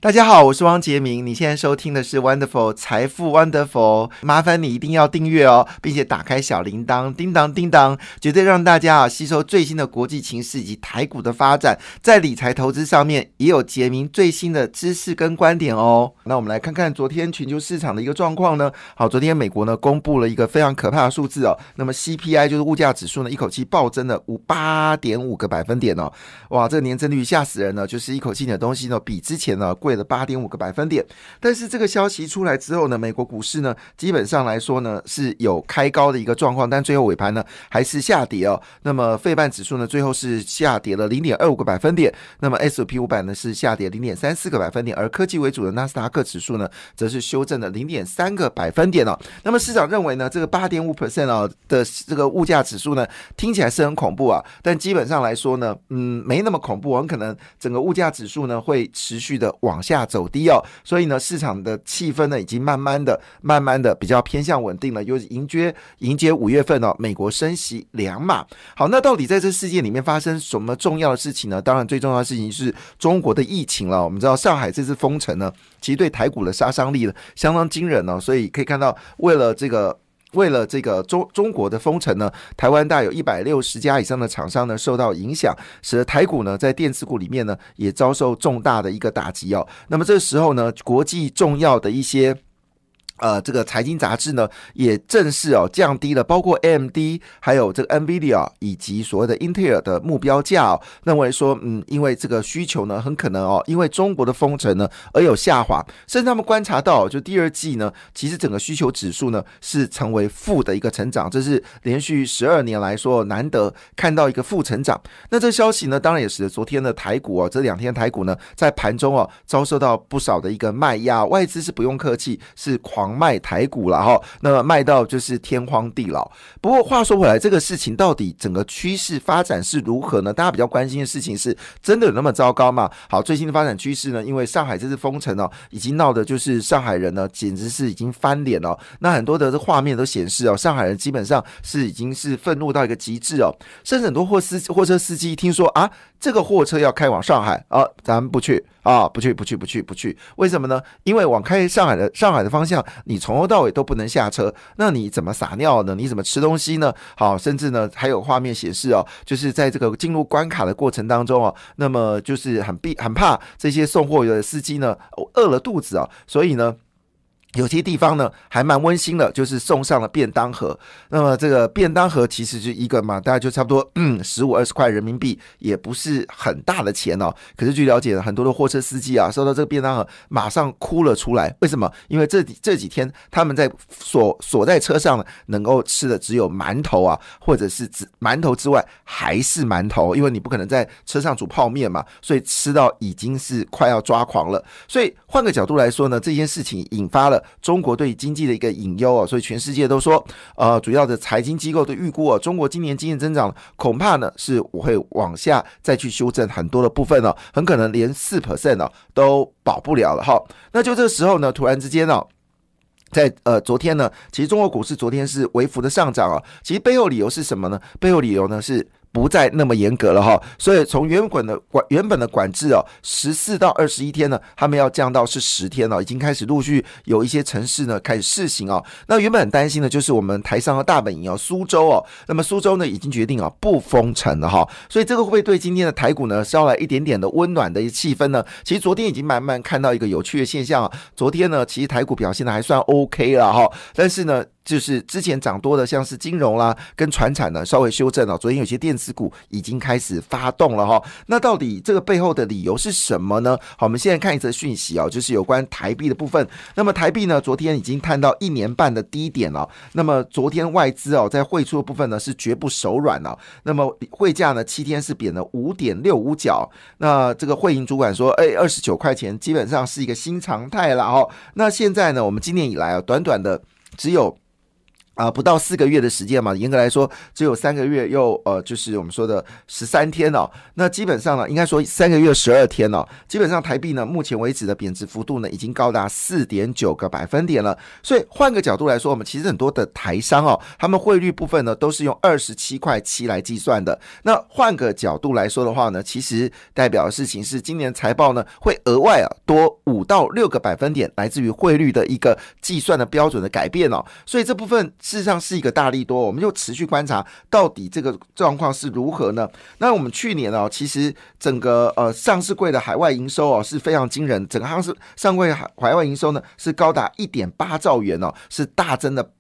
大家好，我是汪杰明，你现在收听的是 Wonderful 财富 Wonderful， 麻烦你一定要订阅哦，并且打开小铃铛，叮当叮当，绝对让大家吸收最新的国际情势以及台股的发展，在理财投资上面也有杰明最新的知识跟观点哦。那我们来看看昨天全球市场的一个状况呢。好，昨天美国呢公布了一个非常可怕的数字哦，那么 CPI 就是物价指数呢一口气暴增了 8.5 个百分点哦，哇，这个年增率吓死人了，就是一口气的东西呢比之前呢贵了 8.5 个百分点。但是这个消息出来之后呢，美国股市呢基本上来说呢是有开高的一个状况，但最后尾盘呢还是下跌哦。那么费半指数呢最后是下跌了 0.25 个百分点，那么 S&P 500呢是下跌 0.34 个百分点，而科技为主的纳斯达克指数呢则是修正了 0.3 个百分点哦。那么市场认为呢这个 8.5% 哦的这个物价指数呢听起来是很恐怖啊，但基本上来说呢没那么恐怖，很可能整个物价指数呢会持续的往下走低哦，所以呢市场的气氛呢已经慢慢的比较偏向稳定了，又迎接5月份哦美国升息2码。好，那到底在这世界里面发生什么重要的事情呢？当然最重要的事情是中国的疫情了。我们知道上海这次封城呢其实对台股的杀伤力呢相当惊人哦，所以可以看到为了这个中国的封城呢，台湾大有160家以上的厂商呢受到影响，使得台股呢在电子股里面呢也遭受重大的一个打击哦。那么这时候呢，国际重要的一些这个财经杂志呢也正式降低了包括 AMD 还有这个 NVIDIA 以及所谓的 Intel 的目标价认为说因为这个需求呢很可能因为中国的封城呢而有下滑，甚至他们观察到就第二季呢其实整个需求指数呢是成为负的一个成长，这是连续12年来说难得看到一个负成长。那这消息呢当然也使得昨天的台股这2天台股呢在盘中遭受到不少的一个卖压，外资是不用客气，是狂卖台股了那么卖到就是天荒地老。不过话说回来，这个事情到底整个趋势发展是如何呢？大家比较关心的事情是真的有那么糟糕吗？好，最新的发展趋势呢，因为上海这次封城已经闹的就是上海人呢简直是已经翻脸那很多的画面都显示上海人基本上是已经是愤怒到一个极致甚至很多货车司机听说这个货车要开往上海咱们不去不去，为什么呢？因为往开上海的方向，你从头到尾都不能下车，那你怎么撒尿呢？你怎么吃东西呢？好，甚至呢还有画面显示就是在这个进入关卡的过程当中那么就是很怕这些送货的司机呢饿了肚子所以呢有些地方呢还蛮温馨的，就是送上了便当盒。那么这个便当盒其实就一个嘛，大概就差不多15-20块人民币，也不是很大的钱可是据了解很多的货车司机收到这个便当盒马上哭了出来。为什么？因为这几天他们在锁在车上能够吃的只有馒头或者是馒头之外还是馒头，因为你不可能在车上煮泡面嘛，所以吃到已经是快要抓狂了。所以换个角度来说呢，这件事情引发了中国对经济的一个隐忧所以全世界都说主要的财经机构都预估中国今年经济增长恐怕呢是会往下再去修正很多的部分很可能连 4% 都保不了了那就这时候呢突然之间在昨天呢，其实中国股市昨天是微幅的上涨其实背后理由是什么呢？背后理由呢是不再那么严格了所以从原本的管制14到21天呢，他们要降到是10天已经开始陆续有一些城市呢开始试行那原本很担心的就是我们台上的大本营苏州那么苏州呢已经决定不封城了所以这个会不会对今天的台股呢捎来一点点的温暖的气氛呢？其实昨天已经慢慢看到一个有趣的现象昨天呢其实台股表现的还算 OK 了但是呢就是之前涨多的像是金融啦跟传产呢稍微修正昨天有些电子股已经开始发动了那到底这个背后的理由是什么呢？好，我们现在看一则讯息就是有关台币的部分。那么台币呢昨天已经探到1年半的低点那么昨天外资在汇出的部分呢是绝不手软那么汇价呢7天是贬了 5.65 角，那这个汇银主管说29块钱基本上是一个新常态了那现在呢我们今年以来短短的只有不到4个月的时间嘛，严格来说只有3个月又就是我们说的13天哦。那基本上呢，应该说3个月12天哦。基本上台币呢，目前为止的贬值幅度呢，已经高达4.9个百分点了。所以换个角度来说，我们其实很多的台商哦，他们汇率部分呢，都是用27.7块来计算的。那换个角度来说的话呢，其实代表的事情是，今年财报呢会额外多5到6个百分点，来自于汇率的一个计算的标准的改变哦。所以这部分事实上是一个大利多，我们就持续观察到底这个状况是如何呢？那我们去年其实整个上市柜的海外营收是非常惊人，整个上柜海外营收呢是高达 1.8 兆元是大增的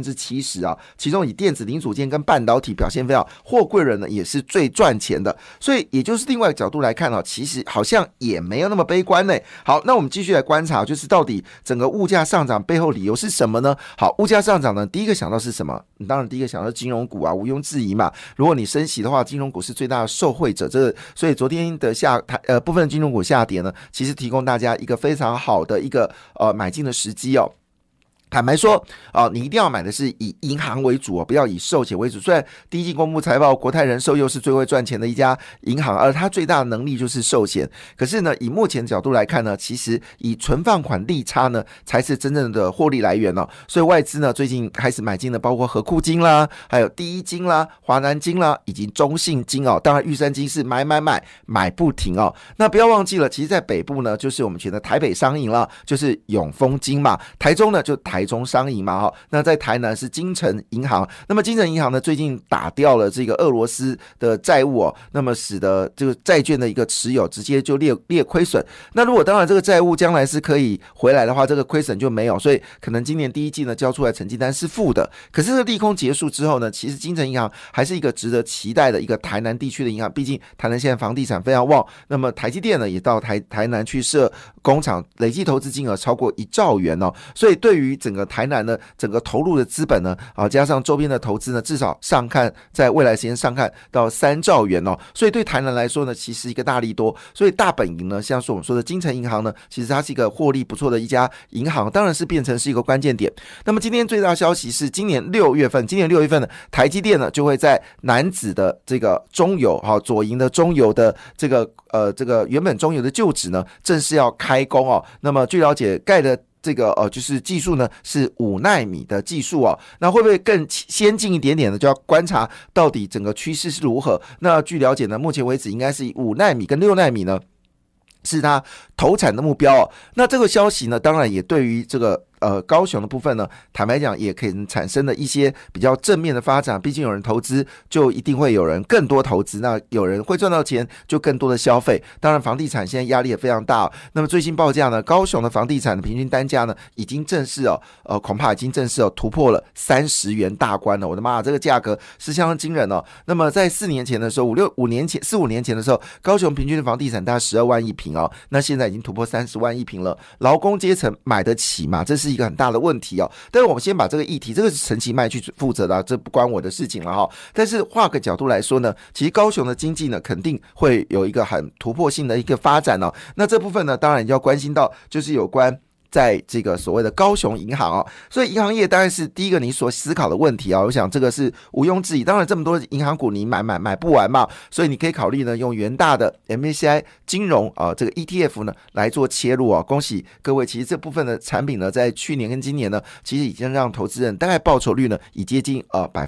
70%其中以电子零组件跟半导体表现非常，货柜人呢也是最赚钱的。所以也就是另外一个角度来看其实好像也没有那么悲观呢。好，那我们继续来观察，就是到底整个物价上涨背后理由是什么呢？好，物价上涨呢，第一个想到是什么？当然第一个想到是金融股毋庸置疑嘛。如果你升息的话，金融股是最大的受惠者。所以昨天的部分金融股下跌呢，其实提供大家一个非常好的一个买进的时机哦。坦白说你一定要买的是以银行为主不要以寿险为主。虽然第一季公布财报，国泰人寿又是最会赚钱的一家银行，而它最大的能力就是寿险。可是呢，以目前角度来看呢，其实以存放款利差呢，才是真正的获利来源所以外资呢，最近开始买进的包括合库金啦，还有第一金啦、华南金啦，以及中信金当然玉山金是买不停那不要忘记了，其实在北部呢，就是我们觉得台北商银啦，就是永丰金嘛，台中呢就台中商银嘛那在台南是金城银行。那么金城银行呢，最近打掉了这个俄罗斯的债务那么使得这个债券的一个持有直接就列亏损。那如果当然这个债务将来是可以回来的话，这个亏损就没有，所以可能今年第一季呢交出来成绩单是负的。可是这个利空结束之后呢，其实金城银行还是一个值得期待的一个台南地区的银行，毕竟台南现在房地产非常旺。那么台积电呢也到台南去设工厂，累计投资金额超过1兆元所以对于整个台南呢，整个投入的资本呢加上周边的投资呢，至少上看在未来时间上看到3兆元所以对台南来说呢，其实一个大利多。所以大本营呢，像是我们说的金城银行呢，其实它是一个获利不错的一家银行，当然是变成是一个关键点。那么今天最大消息是，今年6月份呢，台积电呢就会在楠梓的这个中油左营的中油的这个原本中油的旧址呢，正式要开工那么据了解，盖的这个就是技术呢是5奈米的技术那会不会更先进一点点呢？就要观察到底整个趋势是如何。那据了解呢，目前为止应该是以5奈米跟6奈米呢是它投产的目标那这个消息呢，当然也对于这个高雄的部分呢，坦白讲也可以产生了一些比较正面的发展。毕竟有人投资，就一定会有人更多投资，那有人会赚到钱，就更多的消费。当然房地产现在压力也非常大那么最新报价呢，高雄的房地产的平均单价呢，已经正式恐怕已经正式突破了30元大关了。我的妈，这个价格是相当惊人那么在4年前的时候4、5年前的时候，高雄平均的房地产大概12万一坪那现在已经突破30万一坪了。劳工阶层买得起吗？这是一个很大的问题但是我们先把这个议题，这个是陈其迈去负责的这不关我的事情了但是换个角度来说呢，其实高雄的经济呢，肯定会有一个很突破性的一个发展那这部分呢，当然要关心到就是有关在这个所谓的高雄银行所以银行业当然是第一个你所思考的问题我想这个是毋庸置疑。当然这么多银行股你买不完嘛，所以你可以考虑呢用元大的 MSCI 金融这个 ETF 呢来做切入恭喜各位，其实这部分的产品呢，在去年跟今年呢，其实已经让投资人大概报酬率呢已接近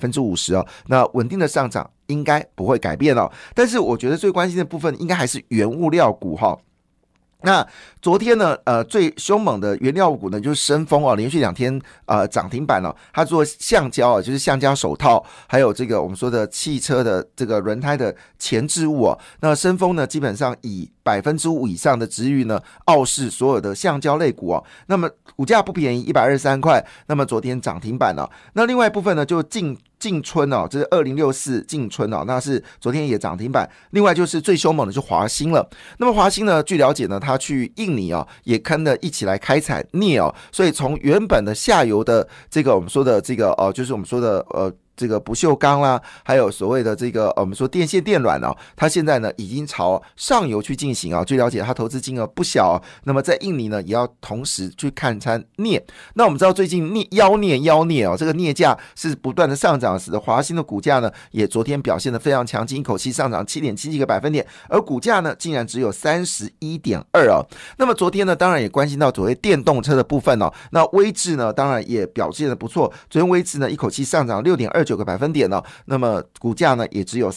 50%那稳定的上涨应该不会改变但是我觉得最关心的部分应该还是原物料股那昨天呢，最凶猛的原料股呢，就是深丰连续2天涨停板它做橡胶就是橡胶手套，还有这个我们说的汽车的这个轮胎的前置物那深丰呢，基本上以5%以上的殖率呢，傲视所有的橡胶类股那么股价不便宜，123块，那么昨天涨停板那另外一部分呢，就晋春这是2064晋春那是昨天也涨停板。另外就是最凶猛的就华兴了。那么华兴呢，据了解呢，他去印尼也跟着一起来开采镍所以从原本的下游的这个我们说的这个就是我们说的这个不锈钢啦，还有所谓的这个我们说电线电缆它现在呢已经朝上游去进行据了解它投资金额不小那么在印尼呢也要同时去看参镍。那我们知道最近妖镍这个镍价是不断的上涨，使得华兴的股价呢也昨天表现得非常强劲，一口气上涨 7.7 个百分点，而股价呢竟然只有 31.2 那么昨天呢当然也关心到所谓电动车的部分那威致呢当然也表现得不错，昨天威致呢一口气上涨 6.29 个百分点那么股价呢也只有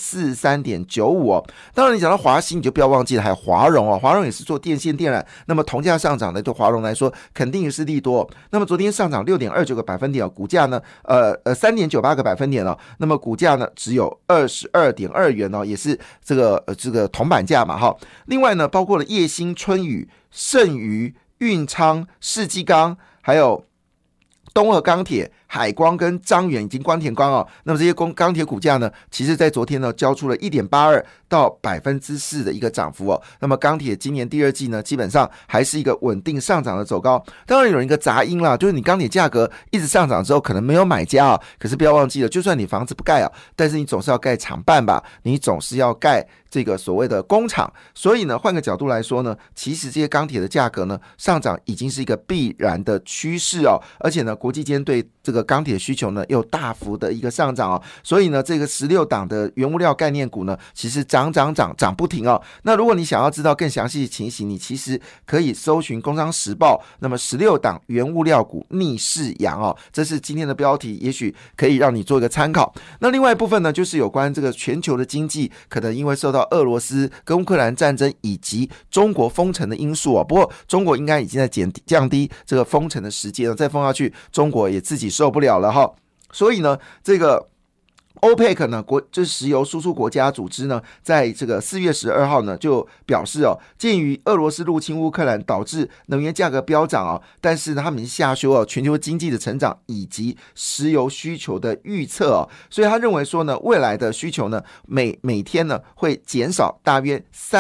43.95 当然你讲到华兴你就不要忘记了还有华荣华荣也是做电线电缆，那么同价上涨的对华荣来说肯定也是利多那么昨天上涨 6.29 个百分点股价呢3.98 个百分点那么股价呢只有 22.2 元也是这个铜板价嘛另外呢包括了叶兴、春雨、盛余、运昌、世纪钢还有东和钢铁、海光跟彰源以及光田光那么这些钢铁股价呢其实在昨天呢交出了 1.82 到 4% 的一个涨幅那么钢铁今年第二季呢基本上还是一个稳定上涨的走高，当然有一个杂音啦，就是你钢铁价格一直上涨之后可能没有买家可是不要忘记了，就算你房子不盖但是你总是要盖厂办吧，你总是要盖这个所谓的工厂，所以呢换个角度来说呢，其实这些钢铁的价格呢上涨已经是一个必然的趋势而且呢国际间对这个钢铁需求呢又大幅的一个上涨所以呢这个16档的原物料概念股呢其实涨不停那如果你想要知道更详细的情形，你其实可以搜寻工商时报，那么16档原物料股逆势扬这是今天的标题，也许可以让你做一个参考。那另外一部分呢就是有关这个全球的经济可能因为受到俄罗斯跟乌克兰战争以及中国封城的因素不过中国应该已经在降低这个封城的时间了，再封下去中国也自己受不了了所以呢这个OPEC 呢就是石油输出国家组织呢在这个4月12号呢就表示鉴于俄罗斯入侵乌克兰导致能源价格飙涨但是呢他们下修全球经济的成长以及石油需求的预测所以他认为说呢未来的需求呢每天呢会减少大约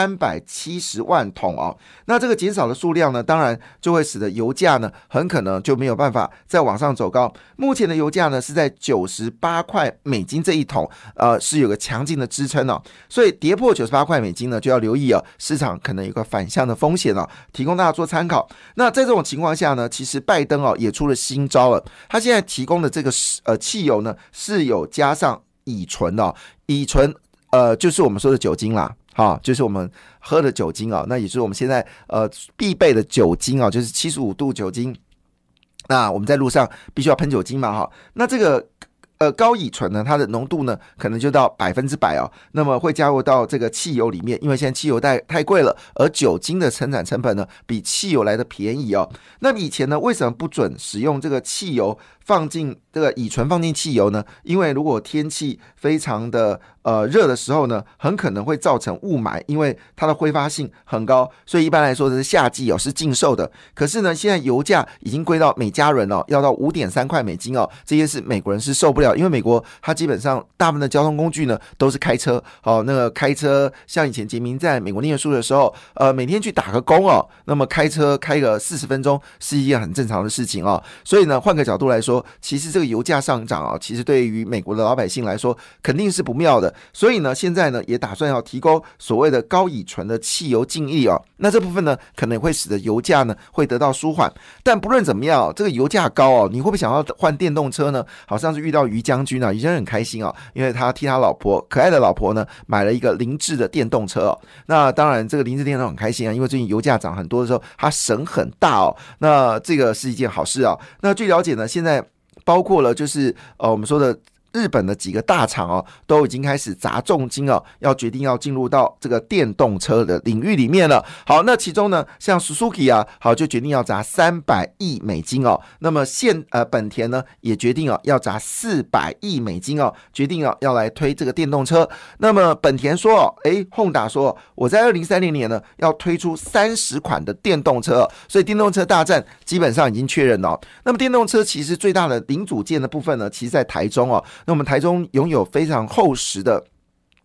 370万桶那这个减少的数量呢当然就会使得油价呢很可能就没有办法再往上走高，目前的油价呢是在98块美金这一桶是有个强劲的支撑所以跌破98块美金呢就要留意市场可能有个反向的风险提供大家做参考。那在这种情况下呢其实拜登也出了新招了，他现在提供的这个汽油呢是有加上乙醇乙醇就是我们说的酒精啦就是我们喝的酒精那也就是我们现在必备的酒精就是75度酒精，那我们在路上必须要喷酒精嘛那这个高乙醇呢它的浓度呢可能就到 100% 那么会加入到这个汽油里面，因为现在汽油太贵了，而酒精的生产成本呢比汽油来的便宜那么以前呢为什么不准使用这个汽油放进这个乙醇放进汽油呢？因为如果天气非常的热的时候呢很可能会造成雾霾，因为它的挥发性很高，所以一般来说是夏季是禁售的。可是呢现在油价已经贵到每加仑要到 5.3 块美金这件事美国人是受不了，因为美国它基本上大部分的交通工具呢都是开车那个开车像以前杰明在美国念书的时候每天去打个工那么开车开个40分钟是一件很正常的事情所以呢换个角度来说，其实这个油价上涨其实对于美国的老百姓来说肯定是不妙的，所以呢现在呢也打算要提供所谓的高乙醇的汽油净利那这部分呢可能会使得油价呢会得到舒缓。但不论怎么样这个油价高你会不会想要换电动车呢？好像是遇到于将军于将军很开心因为他替他老婆可爱的老婆呢买了一个凌志的电动车那当然这个凌志电动很开心因为最近油价涨很多的时候他省很大那这个是一件好事那据了解呢现在包括了就是我们说的日本的几个大厂都已经开始砸重金要决定要进入到这个电动车的领域里面了。好，那其中呢像 Suzuki 好就决定要砸300亿美金那么本田呢也决定要砸400亿美金决定要来推这个电动车。那么本田说Honda 说我在2030年呢要推出30款的电动车所以电动车大战基本上已经确认了那么电动车其实最大的零组件的部分呢其实在台中那我们台中拥有非常厚实的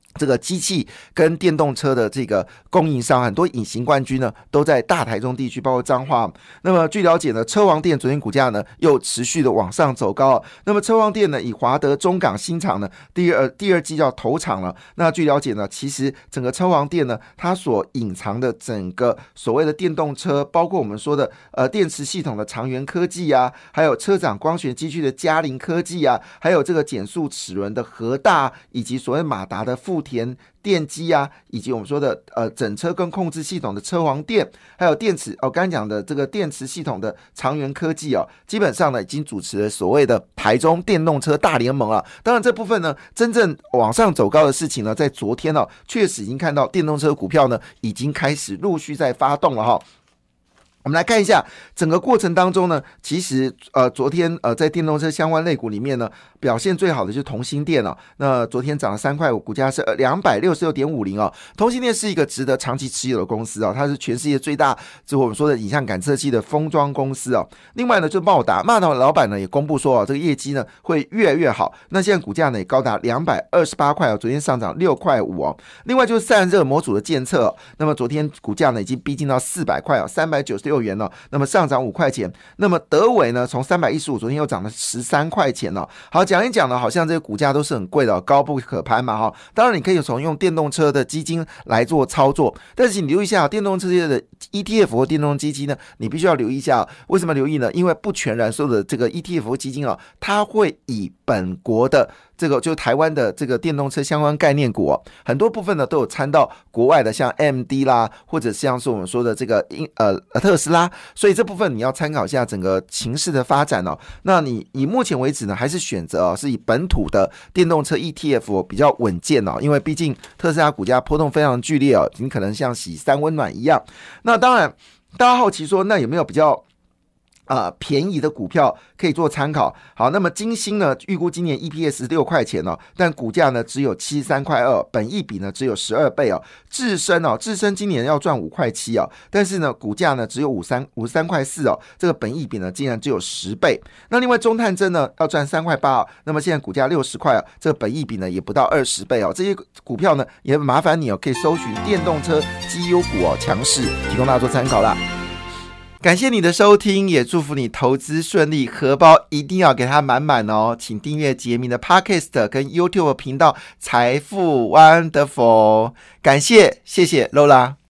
这个机器跟电动车的这个供应商，很多隐形冠军呢都在大台中地区，包括彰化。那么据了解呢，车王电昨天股价呢又持续的往上走高。那么车王电呢以华德中港新厂呢第二季要投厂了。那据了解呢，其实整个车王电呢，它所隐藏的整个所谓的电动车，包括我们说的电池系统的长源科技啊，还有车长光学机具的嘉陵科技啊，还有这个减速齿轮的和大，以及所谓马达的富田电机啊，以及我们说的整车跟控制系统的车王电，还有电池刚才讲的这个电池系统的长源科技基本上呢已经主持了所谓的台中电动车大联盟了。当然这部分呢真正往上走高的事情呢，在昨天确实已经看到电动车股票呢已经开始陆续在发动了我们来看一下整个过程当中呢，其实昨天在电动车相关类股里面呢，表现最好的就是同欣电那昨天涨了3块5，股价是266.50同欣电是一个值得长期持有的公司它是全世界最大，就我们说的影像感测器的封装公司另外呢，就茂达的老板呢也公布说这个业绩呢会越来越好。那现在股价呢也高达228块昨天上涨6块5另外就是散热模组的检测那么昨天股价呢已经逼近到400块396元那么上涨5块钱。那么德伟呢从315昨天又涨了13块钱好，讲一讲呢，好像这个股价都是很贵的高不可攀嘛当然你可以从用电动车的基金来做操作，但是你留意一下电动车的 ETF 或电动基金呢，你必须要留意一下为什么留意呢？因为不全然所有的这个 ETF 或基金它会以本国的这个就台湾的这个电动车相关概念股很多部分呢都有参到国外的，像 AMD 啦，或者像是我们说的这个特斯拉，所以这部分你要参考一下整个情势的发展那你以目前为止呢，还是选择是以本土的电动车 ETF 比较稳健因为毕竟特斯拉股价波动非常剧烈你可能像洗三温暖一样。那当然大家好奇说，那有没有比较便宜的股票可以做参考？好，那么金星呢，预估今年 EPS 6块钱但股价呢只有73块2，本益比呢只有12倍智深今年要赚5块7但是呢股价呢只有53块4这个本益比呢竟然只有10倍。那另外中探针呢要赚3块8那么现在股价60块这个本益比呢也不到20倍这些股票呢也麻烦你可以搜寻电动车绩优股强势，提供大家做参考啦。感谢你的收听，也祝福你投资顺利，荷包一定要给它满满请订阅杰明的 Podcast 跟 YouTube 频道财富 Wonderful。 感谢，谢谢 Lola。